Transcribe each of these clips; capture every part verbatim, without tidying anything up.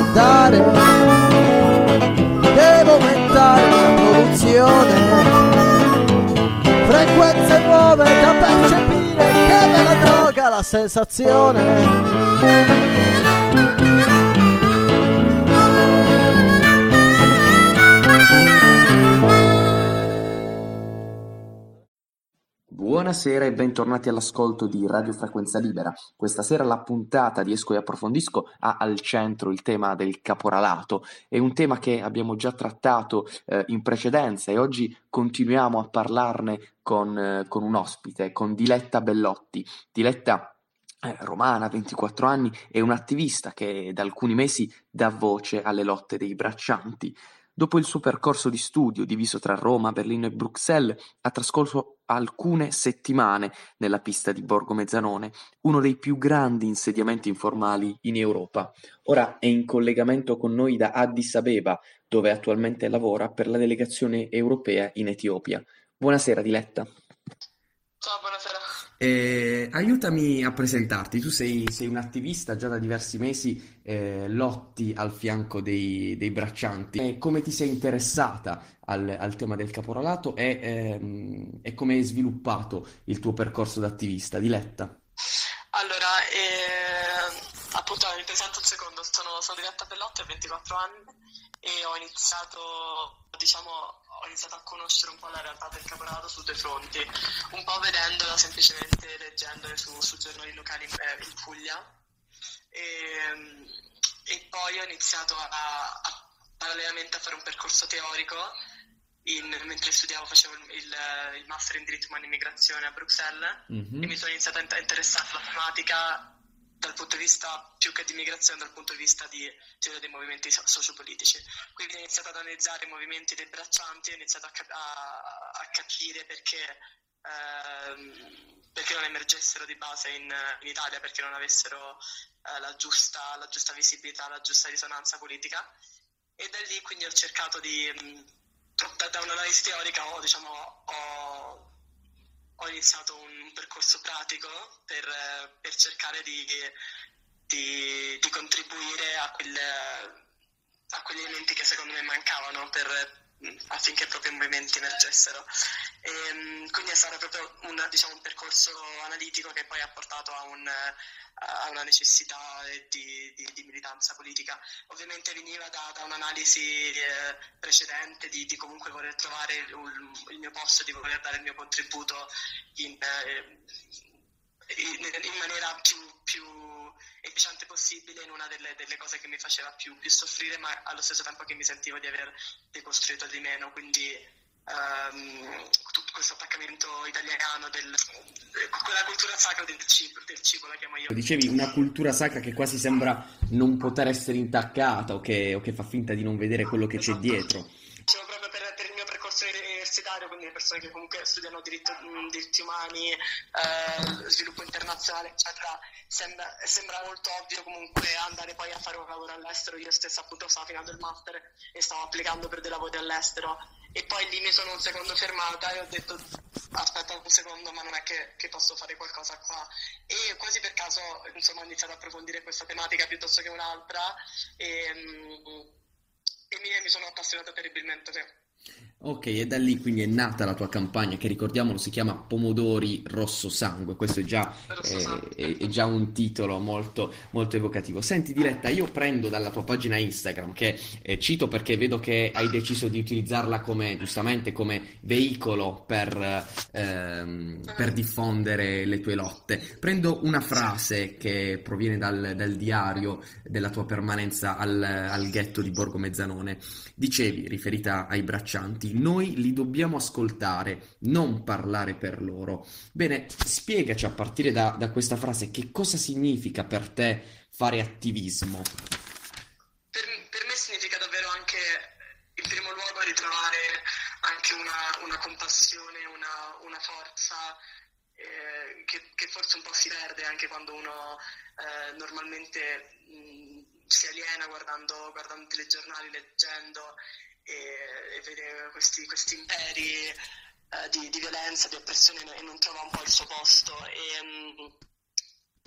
andare, devo aumentare la produzione, frequenze nuove da percepire, che me la droga la sensazione. Buonasera e bentornati all'ascolto di Radio Frequenza Libera. Questa sera la puntata di Esco e Approfondisco ha al centro il tema del caporalato. È un tema che abbiamo già trattato eh, in precedenza e oggi continuiamo a parlarne con, eh, con un ospite, con Diletta Bellotti. Diletta eh, romana, ventiquattro anni, è un'attivista che da alcuni mesi dà voce alle lotte dei braccianti. Dopo il suo percorso di studio, diviso tra Roma, Berlino e Bruxelles, ha trascorso alcune settimane nella pista di Borgo Mezzanone, uno dei più grandi insediamenti informali in Europa. Ora è in collegamento con noi da Addis Abeba, dove attualmente lavora per la delegazione europea in Etiopia. Buonasera, Diletta. Ciao, buonasera. Eh, aiutami a presentarti. Tu sei, sei un attivista già da diversi mesi, eh, lotti al fianco dei, dei braccianti. Eh, come ti sei interessata al, al tema del caporalato e, ehm, e come hai sviluppato il tuo percorso da attivista, Diletta? Allora, eh, appunto mi presento un secondo, sono, sono Diletta Bellotti, ho ventiquattro anni e ho iniziato, diciamo, ho iniziato a conoscere un po' la realtà del caporalato su due fronti, un po' vedendola semplicemente leggendole su, su giornali locali in, eh, in Puglia e, e poi ho iniziato a, a parallelamente a fare un percorso teorico in, mentre studiavo, facevo il, il, il master in diritto umano e immigrazione a Bruxelles Mhm. e mi sono iniziata a interessare alla tematica dal punto di vista più che di immigrazione, dal punto di vista di teoria dei movimenti so- sociopolitici. Quindi ho iniziato ad analizzare i movimenti dei braccianti, ho iniziato a, cap- a- a capire perché, ehm, perché non emergessero di base in, in Italia, perché non avessero eh, la giusta, la giusta visibilità, la giusta risonanza politica. E da lì quindi ho cercato di, mh, da, da un'analisi teorica ho, diciamo, ho ho iniziato un, un percorso pratico per, eh, per cercare di, di, di contribuire a, quelle, a quegli elementi che secondo me mancavano per, mh, affinché proprio i movimenti emergessero. E, mh, quindi è stato proprio un, diciamo, un percorso analitico che poi ha portato a, un, a una necessità di, di, di militanza politica. Ovviamente veniva da, da un'analisi eh, precedente di, di comunque voler trovare il, il mio posto, di voler dare il mio contributo in, eh, in, in maniera più, più efficiente possibile in una delle, delle cose che mi faceva più, più soffrire, ma allo stesso tempo che mi sentivo di aver decostruito di meno, quindi ehm, tutto questo attaccamento italiano, del, quella cultura sacra del cibo, del cibo la chiamo io. Dicevi una cultura sacra che quasi sembra non poter essere intaccata o che, o che fa finta di non vedere quello che c'è Esatto. dietro. Dicevo proprio per, per il mio percorso universitario, quindi le persone che comunque studiano diritto, mh, diritti umani, eh, sviluppo internazionale, eccetera, sembra, sembra molto ovvio comunque andare poi a fare un lavoro all'estero. Io stessa appunto stavo finendo il master e stavo applicando per dei lavori all'estero e poi lì mi sono un secondo fermata e ho detto aspetta un secondo, ma non è che, che posso fare qualcosa qua, e quasi per caso insomma ho iniziato ad approfondire questa tematica piuttosto che un'altra e, mh, e mi, mi sono appassionata terribilmente, sì. Ok, e da lì quindi è nata la tua campagna che ricordiamolo si chiama Pomodori Rosso Sangue, questo è già, Rosso eh, sangue. è, è già un titolo molto, molto evocativo. Senti Diletta, io prendo dalla tua pagina Instagram che eh, cito perché vedo che hai deciso di utilizzarla come, giustamente, come veicolo per, ehm, per diffondere le tue lotte. Prendo una frase che proviene dal, dal diario della tua permanenza al, al ghetto di Borgo Mezzanone. Dicevi, riferita ai braccianti, noi li dobbiamo ascoltare, non parlare per loro. Bene, spiegaci a partire da, da questa frase che cosa significa per te fare attivismo. Per, per me significa davvero anche, in primo luogo, ritrovare anche una, una compassione, una, una forza eh, che, che forse un po' si perde anche quando uno eh, normalmente mh, si aliena guardando, guardando i telegiornali, leggendo e, e vede questi, questi imperi eh, di, di violenza, di oppressione e non trova un po' il suo posto. E, mh,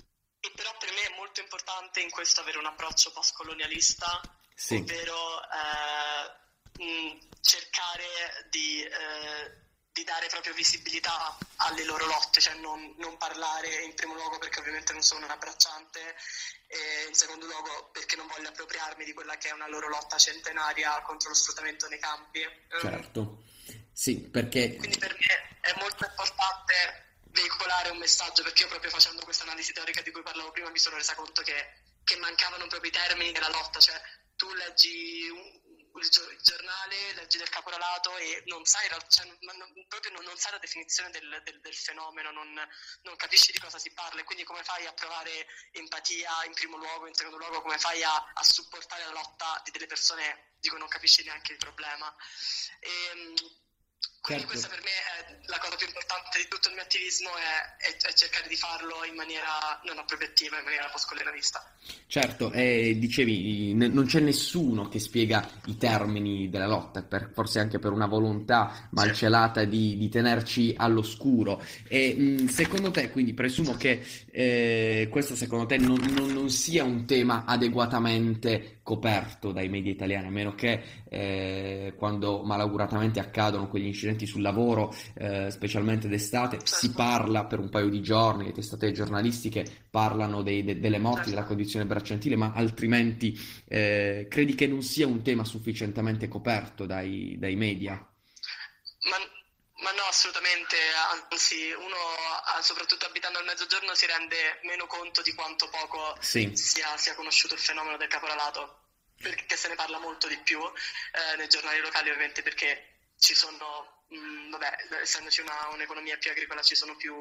e però per me è molto importante in questo avere un approccio post-colonialista, sì. ovvero eh, mh, cercare di, eh, di dare proprio visibilità alle loro lotte, cioè non, non parlare in primo luogo perché ovviamente non sono una bracciante, e in secondo luogo perché non voglio appropriarmi di quella che è una loro lotta centenaria contro lo sfruttamento nei campi. Certo, sì, perché... Quindi per me è molto importante veicolare un messaggio, perché io proprio facendo questa analisi teorica di cui parlavo prima mi sono resa conto che, che mancavano proprio i termini della lotta, cioè tu leggi un, il, il giornale, leggi del caporalato e non sai, cioè, non, proprio non, non sai la definizione del, del, del fenomeno, non, non capisci di cosa si parla, e quindi come fai a provare empatia in primo luogo, in secondo luogo come fai a, a supportare la lotta di delle persone di cui non capisci neanche il problema. E, Quindi Certo. questa per me è la cosa più importante di tutto il mio attivismo, è, è, è cercare di farlo in maniera non appropriativa, in maniera post-colonialista. Certo, e dicevi, n- non c'è nessuno che spiega i termini della lotta, per- forse anche per una volontà malcelata di, di tenerci all'oscuro. E mh, secondo te, quindi presumo che eh, questo secondo te non, non- non sia un tema adeguatamente coperto dai media italiani, a meno che eh, quando malauguratamente accadono quegli incidenti sul lavoro, eh, specialmente d'estate, si parla per un paio di giorni, le testate giornalistiche parlano dei- de- delle morti, della condizione bracciantile, ma altrimenti eh, credi che non sia un tema sufficientemente coperto dai, dai media? Ma, ma no, assolutamente, anzi uno, soprattutto abitando al mezzogiorno, si rende meno conto di quanto poco Sì. sia, sia conosciuto il fenomeno del caporalato, perché se ne parla molto di più eh, nei giornali locali, ovviamente perché ci sono, mh, vabbè, essendoci una, un'economia più agricola, ci sono più...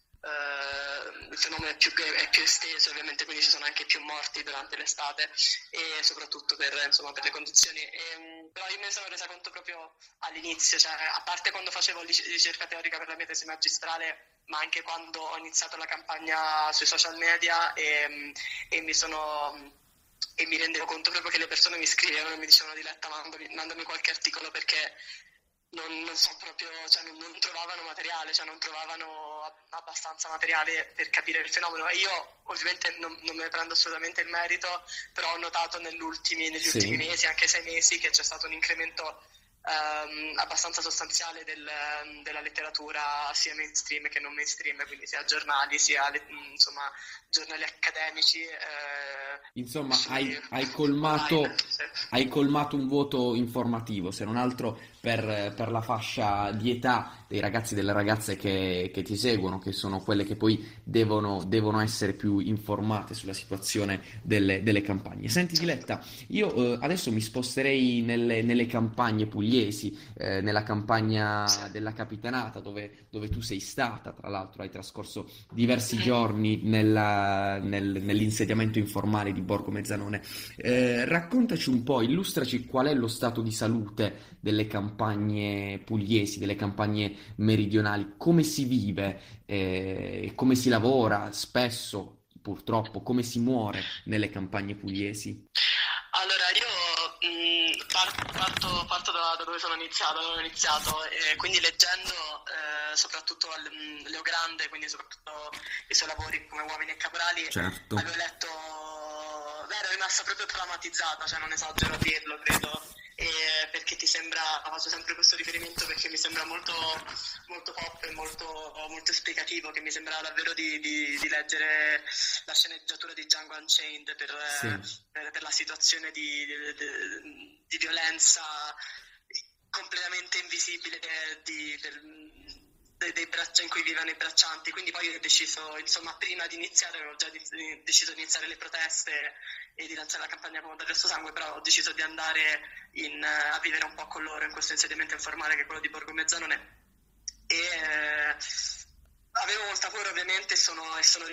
Uh, il fenomeno è più, è più esteso, ovviamente, quindi ci sono anche più morti durante l'estate e soprattutto per, insomma, per le condizioni. E, però io me ne sono resa conto proprio all'inizio, cioè a parte quando facevo ricerca teorica per la mia tesi magistrale, ma anche quando ho iniziato la campagna sui social media e, e mi sono... e mi rendevo conto proprio che le persone mi scrivevano e mi dicevano: Diletta, mandami, mandami qualche articolo, perché non, non so proprio, cioè non, non trovavano materiale, cioè non trovavano abbastanza materiale per capire il fenomeno. E io ovviamente non, non me ne prendo assolutamente il merito, però ho notato negli ultimi, negli Sì. ultimi mesi, anche sei mesi, che c'è stato un incremento Um, abbastanza sostanziale del, della letteratura sia mainstream che non mainstream, quindi sia giornali sia le, insomma giornali accademici. Eh, Insomma, sui, hai, hai colmato, online, sì. hai colmato un vuoto informativo, se non altro per, per la fascia di età dei ragazzi e delle ragazze che, che ti seguono, che sono quelle che poi devono, devono essere più informate sulla situazione delle, delle campagne. Senti Diletta, io eh, adesso mi sposterei nelle, nelle campagne pugliesi, eh, nella campagna della Capitanata, dove, dove tu sei stata, tra l'altro hai trascorso diversi giorni nella- nel- nell'insediamento informale di Borgo Mezzanone. Eh, raccontaci un po', illustraci qual è lo stato di salute delle campagne pugliesi, delle campagne meridionali, come si vive, eh, come si lavora, spesso purtroppo come si muore nelle campagne pugliesi. Allora, io mh, par- parto, parto da, da dove sono iniziato, dove ho iniziato, e quindi leggendo eh, soprattutto al- mh, Leo Grande, quindi soprattutto i suoi lavori come Uomini e Caporali, Certo. avevo letto, beh, ero rimasta proprio traumatizzata, cioè non esagero a dirlo, credo, e perché ti sembra, faccio sempre questo riferimento perché mi sembra molto, molto pop e molto, molto esplicativo, che mi sembra davvero di, di, di leggere la sceneggiatura di Django Unchained per, Sì. per, per la situazione di, di, di, di violenza completamente invisibile di, del, dei, dei braccia in cui vivono i braccianti. Quindi poi ho deciso, insomma, prima di iniziare, avevo già di, deciso di iniziare le proteste e di lanciare la campagna Pomodoro Rosso Sangue, però ho deciso di andare in, a vivere un po' con loro in questo insediamento informale che è quello di Borgo Mezzanone, e eh, avevo molta paura ovviamente, e sono, e sono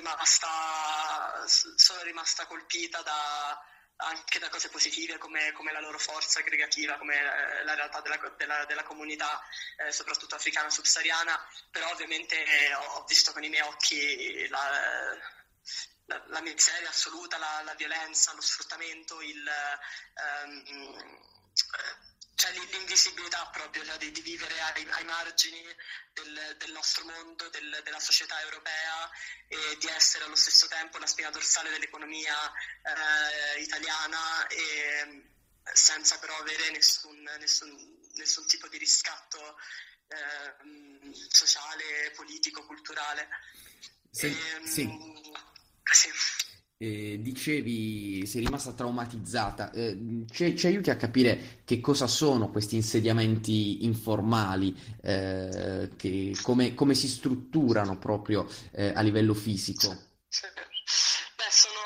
rimasta sono rimasta colpita da, anche da cose positive come, come la loro forza aggregativa, come eh, la realtà della, della, della comunità eh, soprattutto africana subsahariana, però ovviamente eh, ho, ho visto con i miei occhi la, la, la miseria assoluta, la, la violenza, lo sfruttamento, il, ehm, c'è l'invisibilità proprio, cioè di, di vivere ai, ai margini del, del nostro mondo, del, della società europea, e di essere allo stesso tempo la spina dorsale dell'economia eh, italiana, e senza però avere nessun, nessun, nessun tipo di riscatto eh, sociale, politico, culturale. Se- E, sì. sì. Eh, dicevi, sei rimasta traumatizzata. Eh, ci, ci aiuti a capire che cosa sono questi insediamenti informali, eh, che- come, come si strutturano proprio eh, a livello fisico? Sì. Beh, sono,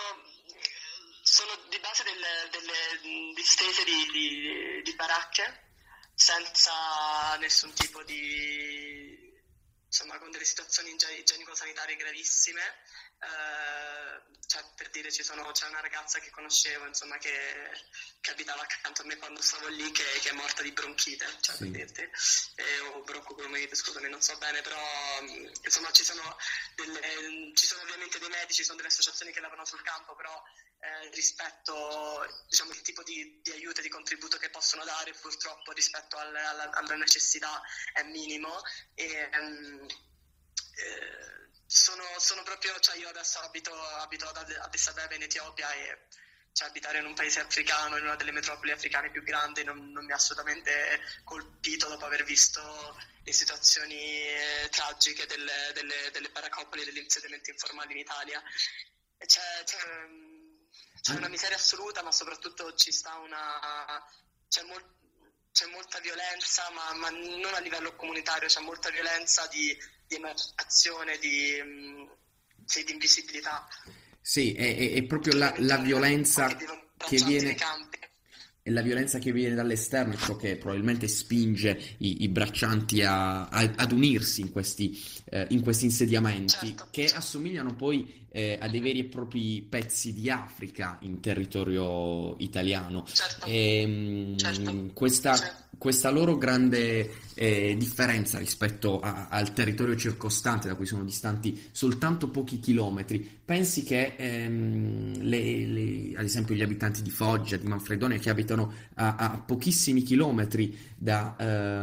sono di base delle, delle distese di, di, di baracche, senza nessun tipo di, insomma, con delle situazioni igie- igienico-sanitarie gravissime. Eh, cioè, per dire, ci sono, c'è una ragazza che conoscevo, insomma, che, che abitava accanto a me quando stavo lì, che, che è morta di bronchite, cioè, per Sì. dirti, eh, o broncopolmonite, scusami, non so bene, però mh, insomma ci sono delle, ci sono ovviamente dei medici, ci sono delle associazioni che lavorano sul campo, però eh, rispetto, diciamo, il tipo di, di aiuto e di contributo che possono dare, purtroppo rispetto al- alla, alla necessità è minimo. E ehm, eh, sono, sono proprio, cioè io adesso abito, abito ad Ad- Addis Abeba in Etiopia, e cioè, abitare in un paese africano, in una delle metropoli africane più grandi, non, non mi ha assolutamente colpito, dopo aver visto le situazioni eh, tragiche delle, delle, delle baraccopoli e degli insediamenti informali in Italia. E C'è, c'è, c'è una miseria assoluta, ma soprattutto ci sta una, c'è, mol- c'è molta violenza, ma, ma non a livello comunitario, c'è molta violenza di, di emarginazione, di, mh, sì, di invisibilità. Sì, è, è- è proprio la, Ovviamente la non pochi violenza vivono che braccianti nei viene, campi. è la violenza che viene dall'esterno, è ciò che probabilmente spinge i, i braccianti a- a- ad unirsi in questi, eh, in questi insediamenti, Certo, che assomigliano poi eh, a dei veri e propri pezzi di Africa in territorio italiano. certo, certo. E, Sì. questa, questa loro grande eh, differenza rispetto a- al territorio circostante, da cui sono distanti soltanto pochi chilometri, pensi che ehm, le- le- ad esempio gli abitanti di Foggia, di Manfredonia, che abitano a, a pochissimi chilometri da,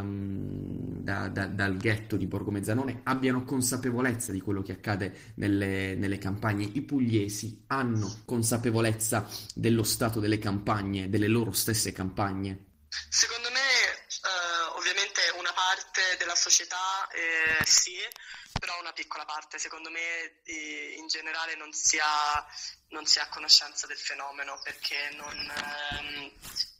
ehm, da- da- dal ghetto di Borgo Mezzanone, abbiano consapevolezza di quello che accade nelle, nelle campagne? I pugliesi hanno consapevolezza dello stato delle campagne, delle loro stesse campagne? Secondo me, eh, ovviamente una parte della società eh, sì, però una piccola parte. Secondo me, eh, in generale non si ha, non si ha conoscenza del fenomeno, perché non... ehm,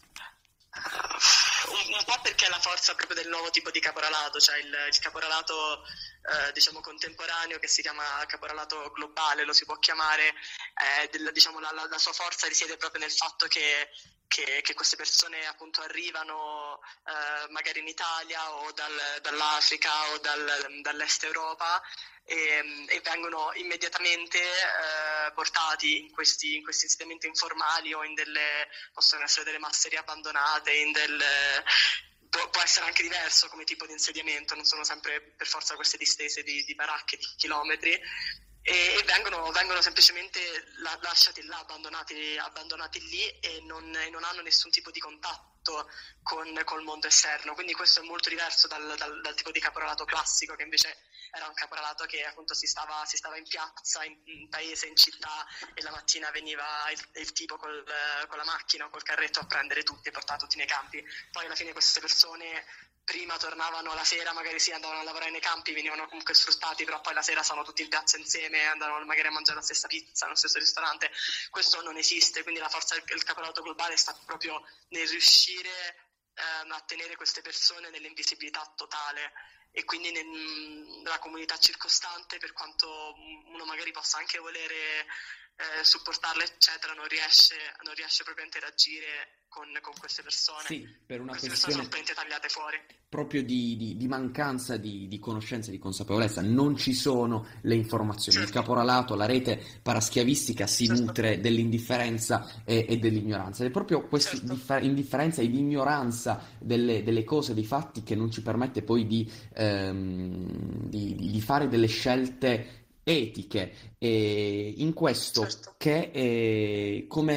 un, un po' perché è la forza proprio del nuovo tipo di caporalato, cioè il, il caporalato eh, diciamo contemporaneo, che si chiama caporalato globale, lo si può chiamare, eh, del- diciamo, la, la- la sua forza risiede proprio nel fatto che, che- che queste persone appunto arrivano eh, magari in Italia o dal- dall'Africa o dal- dall'Est Europa, e, e vengono immediatamente eh, portati in questi, in questi insediamenti informali, o in delle, possono essere delle masserie abbandonate, in delle, può, può essere anche diverso come tipo di insediamento, non sono sempre per forza queste distese di, di baracche di chilometri, e, e vengono, vengono semplicemente la- lasciati là, abbandonati, abbandonati lì, e non, e non hanno nessun tipo di contatto con, col mondo esterno. Quindi questo è molto diverso dal, dal- dal tipo di caporalato classico, che invece era un caporalato che appunto si stava, si stava in piazza, in, in paese, in città, e la mattina veniva il, il tipo col, con la macchina o col carretto a prendere tutti e portare tutti nei campi. Poi alla fine queste persone prima tornavano la sera, magari sì, andavano a lavorare nei campi, venivano comunque sfruttati, però poi la sera sono tutti in piazza insieme, andavano magari a mangiare la stessa pizza nello stesso ristorante. Questo non esiste, quindi la forza del, del caporalato globale sta proprio nel riuscire ehm, a tenere queste persone nell'invisibilità totale, e quindi nel- nella comunità circostante, per quanto uno magari possa anche volere eh, supportarle, eccetera, non riesce, non riesce proprio a interagire con, con queste persone. Sì, per una Queste persone sono questione completamente tagliate fuori. proprio di, di- di mancanza di, di conoscenza e di consapevolezza. Non ci sono le informazioni. Il Certo, caporalato, la rete paraschiavistica si certo, nutre dell'indifferenza e, e dell'ignoranza. Ed è proprio questa certo, indiffer- indifferenza ed ignoranza delle, delle cose, dei fatti, che non ci permette poi di, ehm, di- di- di fare delle scelte etiche. E in questo certo. che, eh, come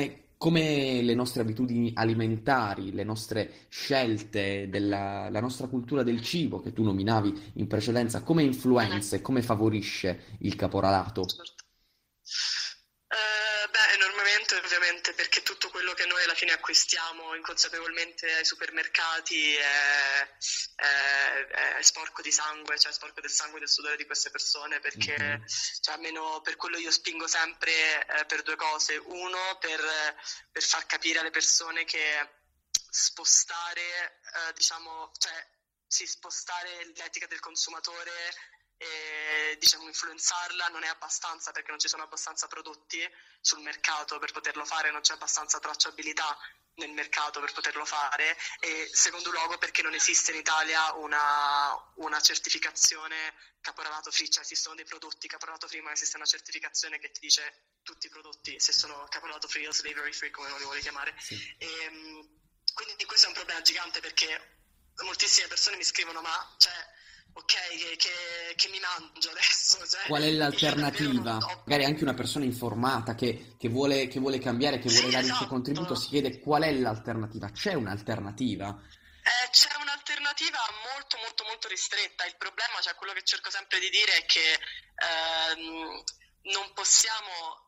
come le nostre abitudini alimentari, le nostre scelte, della, la nostra cultura del cibo che tu nominavi in precedenza, come influenza e come favorisce il caporalato? Certo. Eh, beh, enormemente ovviamente, perché tutto quello che noi alla fine acquistiamo inconsapevolmente ai supermercati è, è- è sporco di sangue, cioè sporco del sangue e del sudore di queste persone, perché Mhm. cioè, almeno per quello io spingo sempre eh, per due cose. Uno, per, per far capire alle persone che spostare, eh, diciamo, cioè sì, spostare l'etica del consumatore e diciamo influenzarla non è abbastanza, perché non ci sono abbastanza prodotti sul mercato per poterlo fare, non c'è abbastanza tracciabilità nel mercato per poterlo fare, e secondo luogo perché non esiste in Italia una, una certificazione caporalato free, cioè esistono dei prodotti caporalato free ma non esiste una certificazione che ti dice tutti i prodotti se sono caporalato free o slavery free, come lo vuoi chiamare. Sì. E, mh, quindi questo è un problema gigante, perché moltissime persone mi scrivono: ma cioè, ok, che, che- che mi mangio adesso? Cioè, Qual è io davvero l'alternativa? non ho... Magari anche una persona informata che, che vuole, che vuole cambiare, che vuole Sì, dare il suo contributo, si esatto. chiede qual è l'alternativa. C'è un'alternativa? Eh, c'è un'alternativa molto molto molto ristretta. Il problema, cioè quello che cerco sempre di dire, è che ehm, non possiamo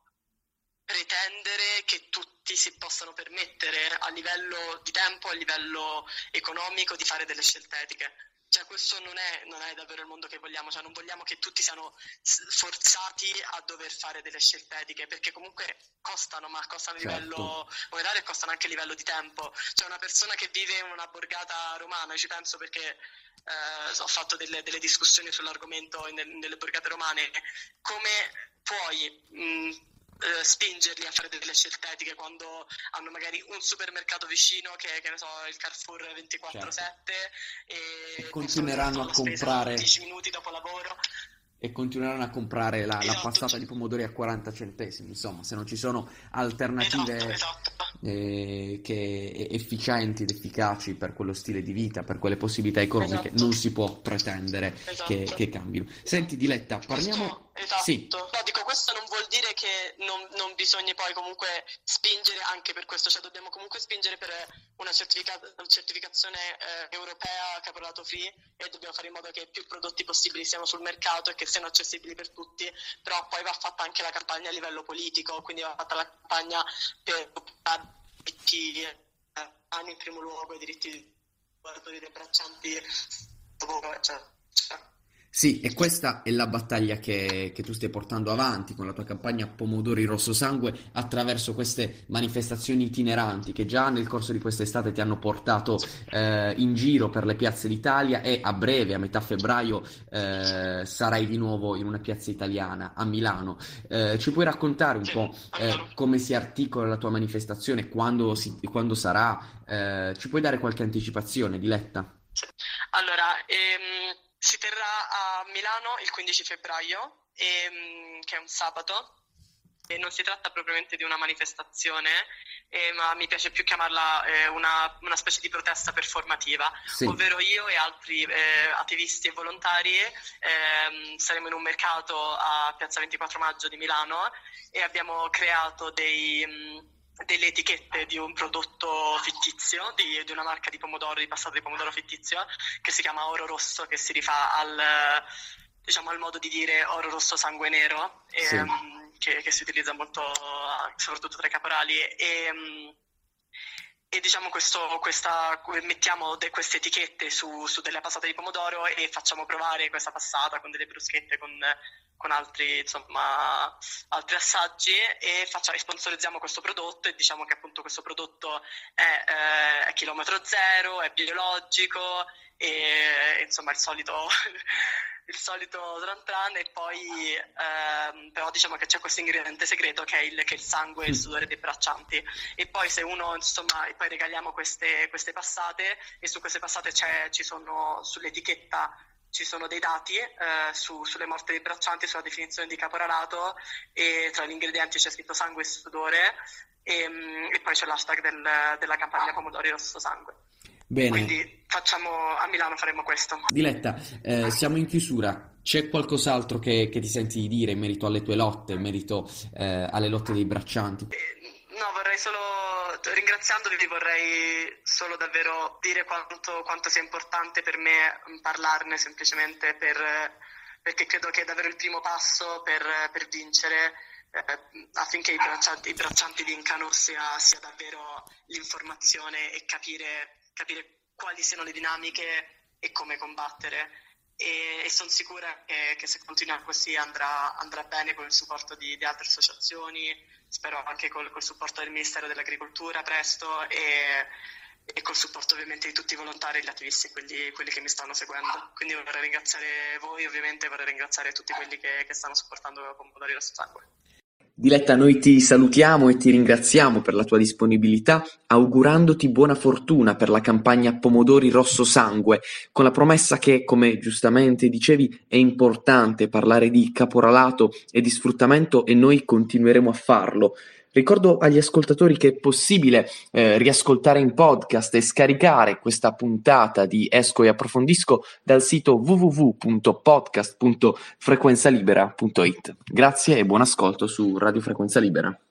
pretendere che tutti si possano permettere a livello di tempo, a livello economico, di fare delle scelte etiche. Cioè questo non è, non è davvero il mondo che vogliamo, cioè non vogliamo che tutti siano s- forzati a dover fare delle scelte etiche, perché comunque costano, ma costano a Certo. livello monetario e costano anche a livello di tempo. Cioè una persona che vive in una borgata romana, ci penso perché eh, ho fatto delle, delle discussioni sull'argomento in- nelle borgate romane, come puoi mh, eh, spingerli a fare delle scelte etiche quando hanno magari un supermercato vicino che, che ne so, il Carrefour ventiquattro sette E e possono andare a continueranno fare a la spesa comprare dieci minuti dopo lavoro. e continueranno a comprare la, la Esatto, passata c- di pomodori a quaranta centesimi. Insomma, se non ci sono esatto, alternative esatto, eh, che, efficienti ed efficaci per quello stile di vita, per quelle possibilità economiche, esatto, non si può pretendere che, esatto. che cambino. Senti, Diletta, parliamo... Questo, esatto. Sì, No, dico, questo non vuol dire che non, non bisogna poi comunque spingere anche per questo, cioè dobbiamo comunque spingere per una certifica- certificazione eh, europea caporalato free, e dobbiamo fare in modo che più prodotti possibili siano sul mercato e che siano accessibili per tutti, però poi va fatta anche la campagna a livello politico, quindi va fatta la campagna per i diritti eh, umani in primo luogo, i diritti dei lavoratori, dei braccianti, dopo, eccetera. sì, e questa è la battaglia che, che tu stai portando avanti con la tua campagna Pomodori Rosso Sangue attraverso queste manifestazioni itineranti che già nel corso di quest'estate ti hanno portato eh, in giro per le piazze d'Italia, e a breve, a metà febbraio, eh, sarai di nuovo in una piazza italiana, a Milano. Eh, ci puoi raccontare un Sì, po' è eh, vero. come si articola la tua manifestazione, quando, si- quando sarà? Eh, ci puoi dare qualche anticipazione, Diletta? Sì. Allora, ehm, si terrà a Milano il quindici febbraio, ehm, che è un sabato, e non si tratta propriamente di una manifestazione, eh, ma mi piace più chiamarla eh, una, una specie di protesta performativa, Sì. ovvero io e altri eh, attivisti e volontari ehm, saremo in un mercato a Piazza ventiquattro Maggio di Milano, e abbiamo creato dei... mh, delle etichette di un prodotto fittizio, di, di una marca di pomodoro, di passato di pomodoro fittizio, che si chiama Oro Rosso, che si rifà al, diciamo, al modo di dire oro rosso sangue nero, Sì. ehm, che, che si utilizza molto eh, soprattutto tra i caporali. E, mm, e diciamo questo, questa, mettiamo de- queste etichette su, su delle passate di pomodoro e facciamo provare questa passata con delle bruschette, con, con altri, insomma, altri assaggi, e facciamo, e sponsorizziamo questo prodotto, e diciamo che appunto questo prodotto è, eh, è chilometro zero, è biologico, e insomma il solito il solito tran tran, e poi ehm, però diciamo che c'è questo ingrediente segreto che è il, che è il sangue e il sudore dei braccianti. E poi se uno, insomma, e poi regaliamo queste, queste passate, e su queste passate c'è, ci sono sull'etichetta ci sono dei dati eh, su, sulle morte dei braccianti, sulla definizione di caporalato, e tra gli ingredienti c'è scritto sangue e sudore, e, mm, e poi c'è l'hashtag del, della campagna Pomodori Rosso Sangue. Bene, Quindi facciamo, a Milano faremo questo. Diletta, eh, siamo in chiusura. C'è qualcos'altro che, che ti senti di dire in merito alle tue lotte, in merito eh, alle lotte dei braccianti? Eh, No, vorrei solo ringraziandovi vorrei solo davvero dire quanto, quanto sia importante per me parlarne, semplicemente per, perché credo che è davvero il primo passo per, per vincere, eh, affinché i braccianti, i braccianti vincano sia, sia davvero l'informazione e capire, capire quali siano le dinamiche e come combattere. E, e sono sicura che, che se continua così andrà, andrà bene con il supporto di, di altre associazioni, spero anche col, col supporto del Ministero dell'Agricoltura presto e, e col supporto ovviamente di tutti i volontari e gli attivisti, quelli, quelli che mi stanno seguendo. Quindi vorrei ringraziare voi, ovviamente vorrei ringraziare tutti quelli che, che stanno supportando Pomodori Rosso Sangue. Diletta, noi ti salutiamo e ti ringraziamo per la tua disponibilità, augurandoti buona fortuna per la campagna Pomodori Rosso Sangue, con la promessa che, come giustamente dicevi, è importante parlare di caporalato e di sfruttamento e noi continueremo a farlo. Ricordo agli ascoltatori che è possibile eh, riascoltare in podcast e scaricare questa puntata di Esco e Approfondisco dal sito w w w punto podcast punto frequenzalibera punto it. Grazie e buon ascolto su Radio Frequenza Libera.